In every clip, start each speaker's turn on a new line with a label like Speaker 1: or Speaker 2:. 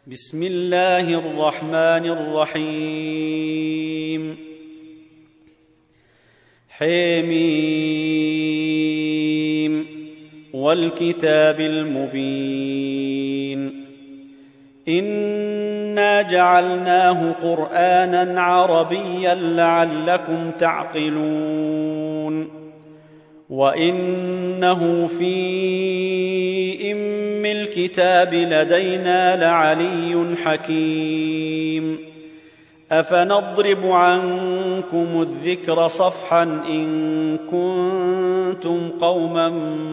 Speaker 1: بسم الله الرحمن الرحيم حميم والكتاب المبين إنا جعلناه قرآنا عربيا لعلكم تعقلون وإنه في أم الكتاب لدينا لعلي حكيم أفنضرب عنكم الذكر صفحا إن كنتم قوما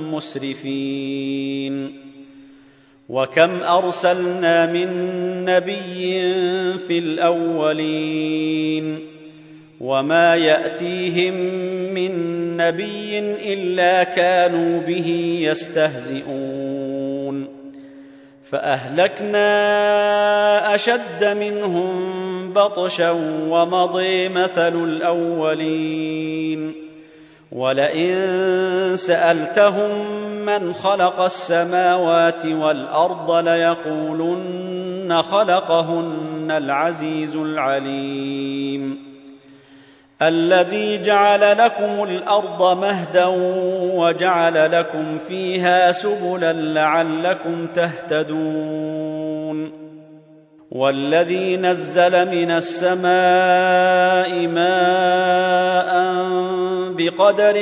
Speaker 1: مسرفين وكم أرسلنا من نبي في الأولين وما يأتيهم من نبي إلا كانوا به يستهزئون فأهلكنا أشد منهم بطشا ومضي مثل الأولين ولئن سألتهم من خلق السماوات والأرض ليقولن خلقهن العزيز العليم الذي جعل لكم الأرض مهدا وجعل لكم فيها سبلا لعلكم تهتدون والذي نزل من السماء ماء بقدر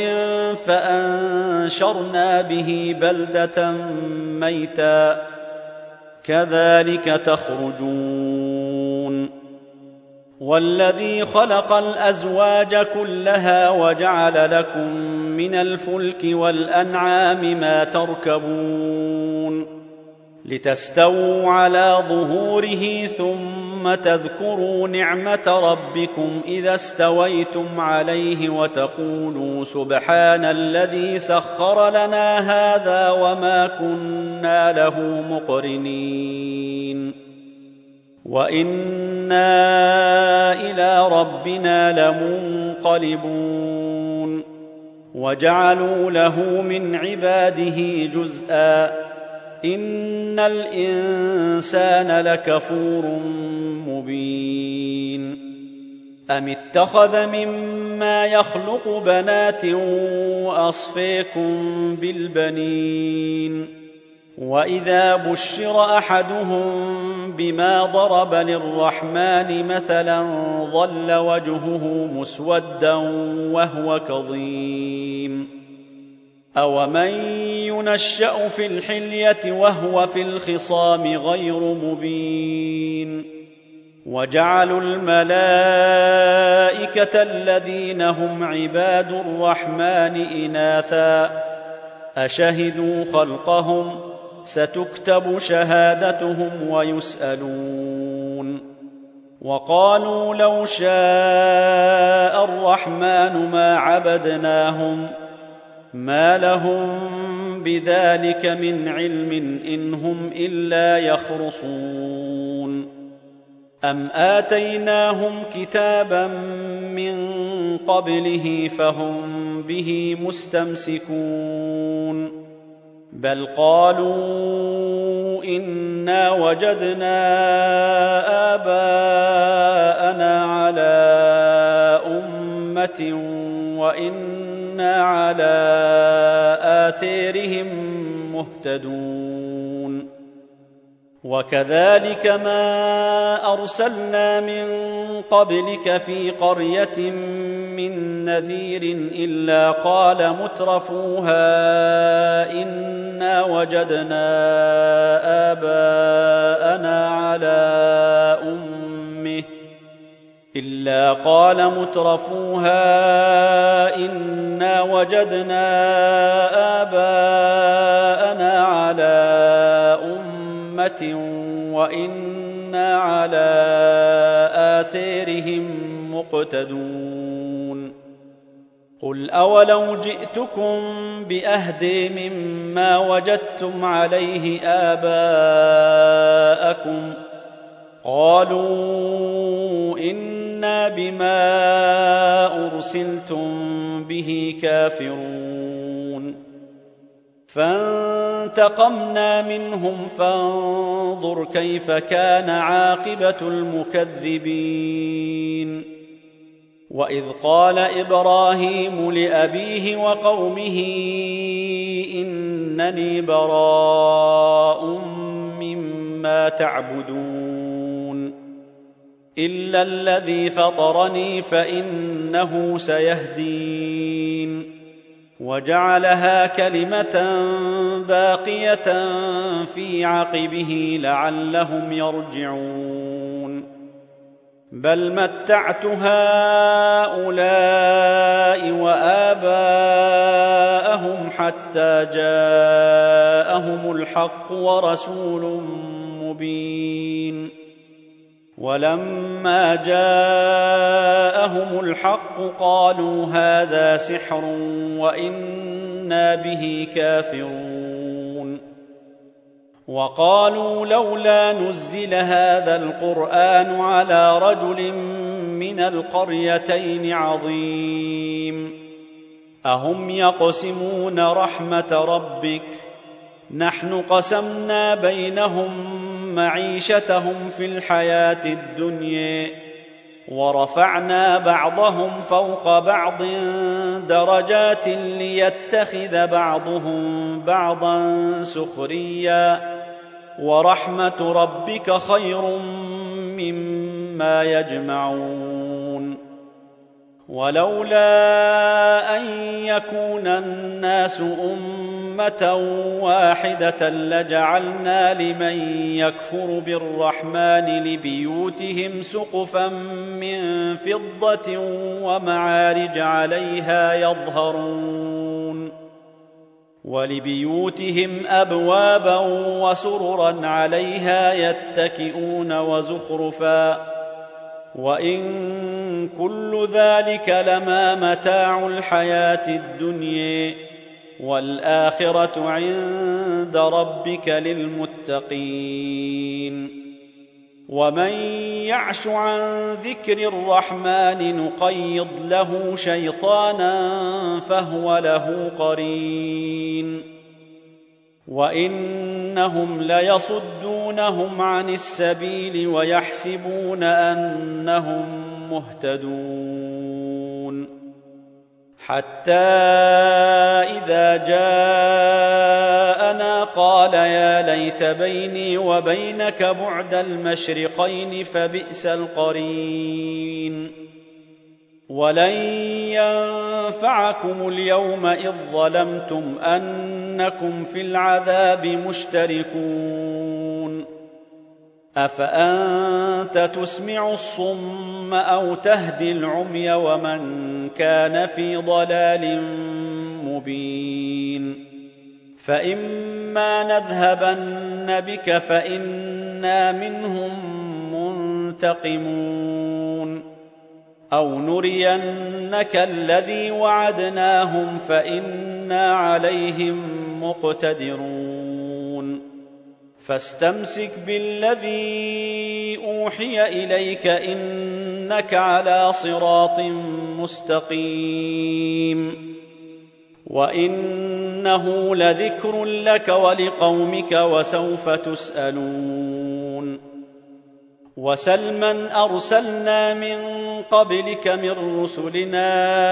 Speaker 1: فأنشرنا به بلدة ميتا كذلك تخرجون والذي خلق الأزواج كلها وجعل لكم من الفلك والأنعام ما تركبون لتستووا على ظهوره ثم تذكروا نعمة ربكم إذا استويتم عليه وتقولوا سبحان الذي سخر لنا هذا وما كنا له مقرنين وإنا إلى ربنا لمنقلبون وجعلوا له من عباده جزءا إن الإنسان لكفور مبين أم اتخذ مما يخلق بنات وأصفيكم بالبنين وإذا بشر أحدهم بما ضرب للرحمن مثلا ظل وجهه مسودا وهو كظيم أومن ينشأ في الحلية وهو في الخصام غير مبين وجعلوا الملائكة الذين هم عباد الرحمن إناثا أشهدوا خلقهم ستكتب شهادتهم ويسألون وقالوا لو شاء الرحمن ما عبدناهم ما لهم بذلك من علم إن هم إلا يخرصون أم آتيناهم كتابا من قبله فهم به مستمسكون بل قالوا إنا وجدنا آباءنا على أمة وإنا على آثارهم مهتدون وكذلك ما أرسلنا من قبلك في قرية من نذير إلا قال مترفوها إنا وجدنا آباءنا على أمة وإنا على آثارهم مقتدون قل أولو جئتكم بأهدى مما وجدتم عليه آباءكم قالوا إنا بما أرسلتم به كافرون فانتظروا فانتقمنا منهم فانظر كيف كان عاقبة المكذبين. وإذ قال إبراهيم لأبيه وقومه إنني براء مما تعبدون إلا الذي فطرني فإنه سيهدين وجعلها كلمة باقية في عقبه لعلهم يرجعون بل متعت هؤلاء وآباءهم حتى جاءهم الحق ورسول مبين ولما جاءهم الحق قالوا هذا سحر وإنا به كافرون وقالوا لولا نزل هذا القرآن على رجل من القريتين عظيم أهم يقسمون رحمة ربك نحن قسمنا بينهم معيشتهم في الحياة الدنيا ورفعنا بعضهم فوق بعض درجات ليتخذ بعضهم بعضا سخريا ورحمة ربك خير مما يجمعون ولولا أن يكون الناس أمة واحدة لجعلنا لمن يكفر بالرحمن لبيوتهم سقفا من فضة ومعارج عليها يظهرون ولبيوتهم أبوابا وسررا عليها يتكئون وزخرفا وإن كل ذلك لما متاع الحياة الدنيا والآخرة عند ربك للمتقين ومن يعش عن ذكر الرحمن نقيض له شيطانا فهو له قرين وإنهم ليصدونهم عن السبيل ويحسبون أنهم مهتدون حتى إذا جاءنا قال يا ليت بيني وبينك بعد المشرقين فبئس القرين ولن ينفعكم اليوم إذ ظلمتم أنكم في العذاب مشتركون أفأنت تسمع الصم أو تهدي العمي ومن كان في ضلال مبين فإما نذهبن بك فإنا منهم منتقمون أو نرينك الذي وعدناهم فإنا عليهم مقتدرون فاستمسك بالذي أوحي إليك إنك على صراط مستقيم وإنه لذكر لك ولقومك وسوف تسألون وسلما أرسلنا من قبلك من رسلنا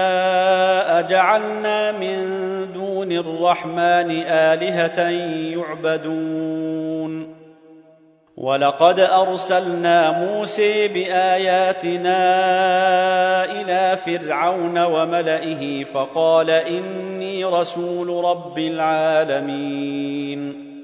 Speaker 1: أجعلنا من دون الرحمن آلهة يعبدون ولقد أرسلنا موسى بآياتنا إلى فرعون وملئه فقال إني رسول رب العالمين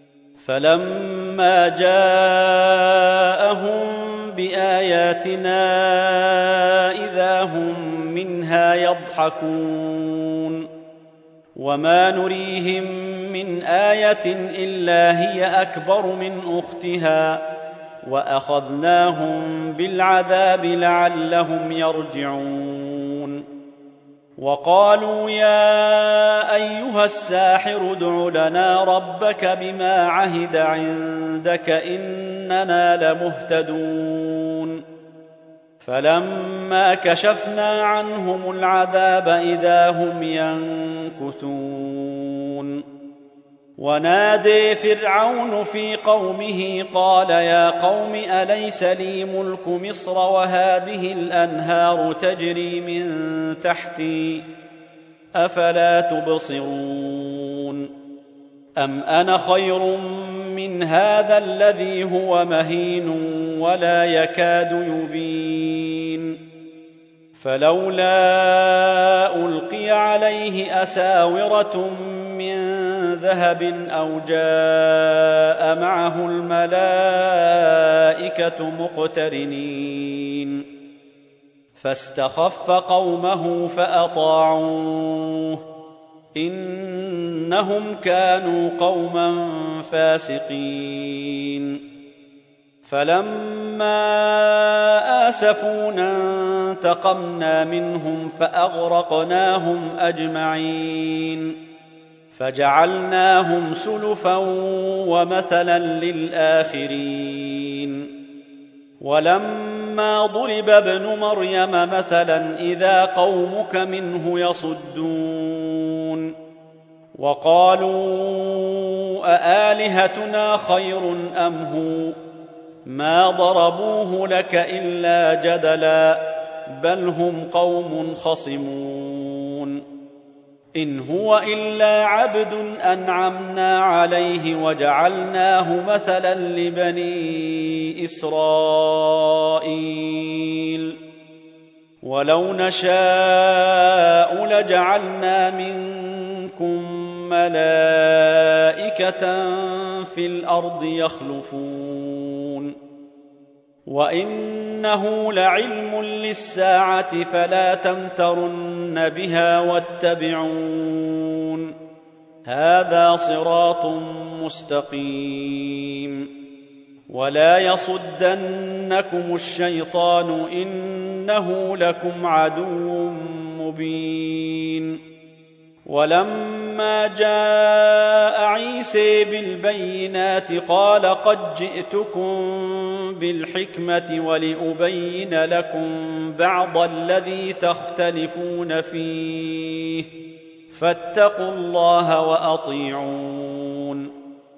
Speaker 1: فلما جاءهم بآياتنا إذا هم منها يضحكون وما نريهم من آية إلا هي أكبر من أختها وأخذناهم بالعذاب لعلهم يرجعون وقالوا يا أيها الساحر ادع لنا ربك بما عهد عندك إننا لمهتدون فلما كشفنا عنهم العذاب إذا هم ينكثون ونادي فرعون في قومه قال يا قوم أليس لي ملك مصر وهذه الأنهار تجري من تحتي أفلا تبصرون أم أنا خير من هذا الذي هو مهين ولا يكاد يبين فلولا ألقي عليه أساورة من ذهب أو جاء معه الملائكة مقترنين فاستخف قومه فأطاعوه إنهم كانوا قوما فاسقين فلما آسفونا انتقمنا منهم فأغرقناهم أجمعين فجعلناهم سلفا ومثلا للآخرين ولما ضرب ابن مريم مثلا إذا قومك منه يصدون وقالوا أآلهتنا خير أم هو ما ضربوه لك إلا جدلا بل هم قوم خصمون إن هو إلا عبد أنعمنا عليه وجعلناه مثلا لبني إسرائيل ولو نشاء لجعلنا منكم ملائكة في الأرض يخلفون وإنه لعلم للساعة فلا تمترن بها واتبعون هذا صراط مستقيم ولا يصدنكم الشيطان إنه لكم عدو مبين ولما جاء عيسى بالبينات قال قد جئتكم بالحكمة ولأبين لكم بعض الذي تختلفون فيه فاتقوا الله وأطيعون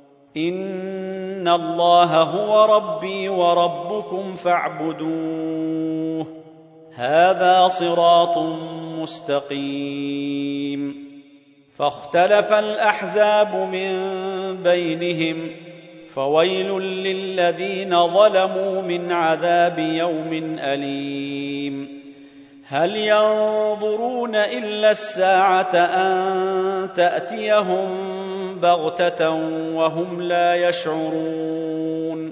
Speaker 1: إن الله هو ربي وربكم فاعبدوه هذا صراط مستقيم فاختلف الأحزاب من بينهم فويل للذين ظلموا من عذاب يوم أليم هل ينظرون إلا الساعة أن تأتيهم بغتة وهم لا يشعرون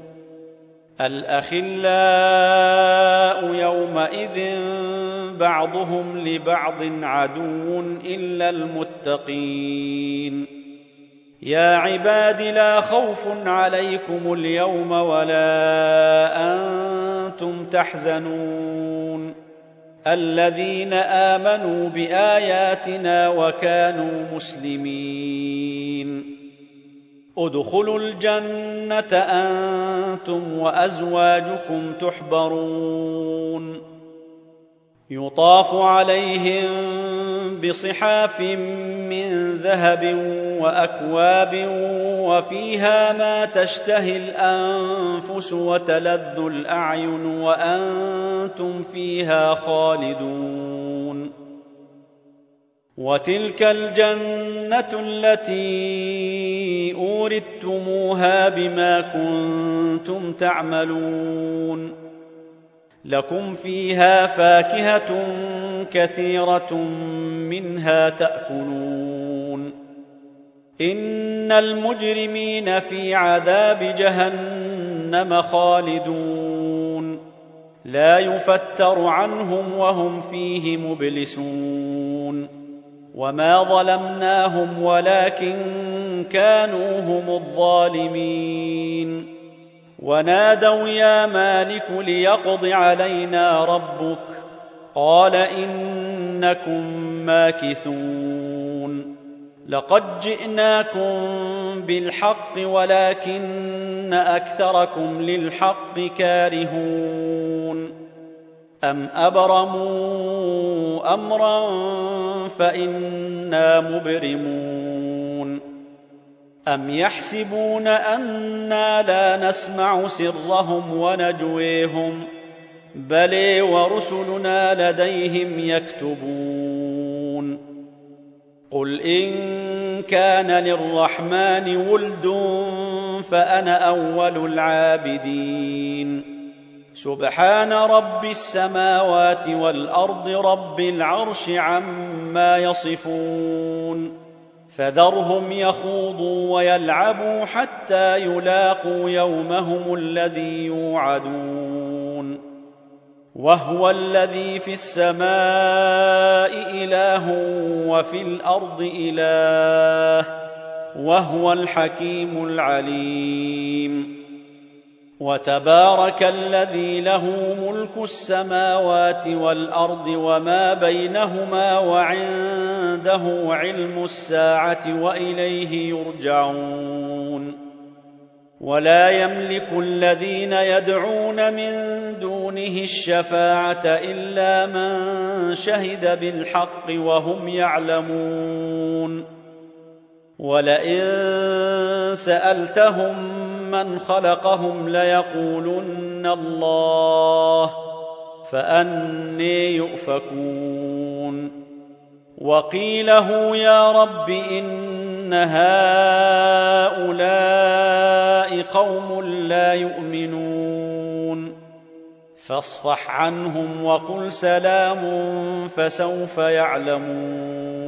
Speaker 1: الأخلاء يومئذ بعضهم لبعض عدو إلا المتقين يا عباد لا خوف عليكم اليوم ولا أنتم تحزنون الذين آمنوا بآياتنا وكانوا مسلمين ادخلوا الجنة أنتم وأزواجكم تحبرون يطاف عليهم بصحاف من ذهب وأكواب وفيها ما تشتهي الأنفس وتلذ الأعين وأنتم فيها خالدون وتلك الجنة التي أورثتموها بما كنتم تعملون لكم فيها فاكهة كثيرة منها تأكلون إن المجرمين في عذاب جهنم خالدون لا يفتر عنهم وهم فيه مبلسون وما ظلمناهم ولكن كانوا هم الظالمين ونادوا يا مالك ليقض علينا ربك قال إنكم ماكثون لقد جئناكم بالحق ولكن أكثركم للحق كارهون أم أبرموا أمرا فإنا مبرمون أم يحسبون أنا لا نسمع سرهم ونجويهم بل ورسلنا لديهم يكتبون قل إن كان للرحمن ولد فأنا أول العابدين سبحان رب السماوات والأرض رب العرش عما يصفون فذرهم يخوضوا ويلعبوا حتى يلاقوا يومهم الذي يوعدون وهو الذي في السماء إله وفي الأرض إله وهو الحكيم العليم وتبارك الذي له ملك السماوات والأرض وما بينهما وعنده علم الساعة وإليه يرجعون ولا يملك الذين يدعون من دونه الشفاعة إلا من شهد بالحق وهم يعلمون ولئن سألتهم من خلقهم ليقولن الله فأني يؤفكون وقيله يا رب إن هؤلاء قوم لا يؤمنون فاصفح عنهم وقل سلام فسوف يعلمون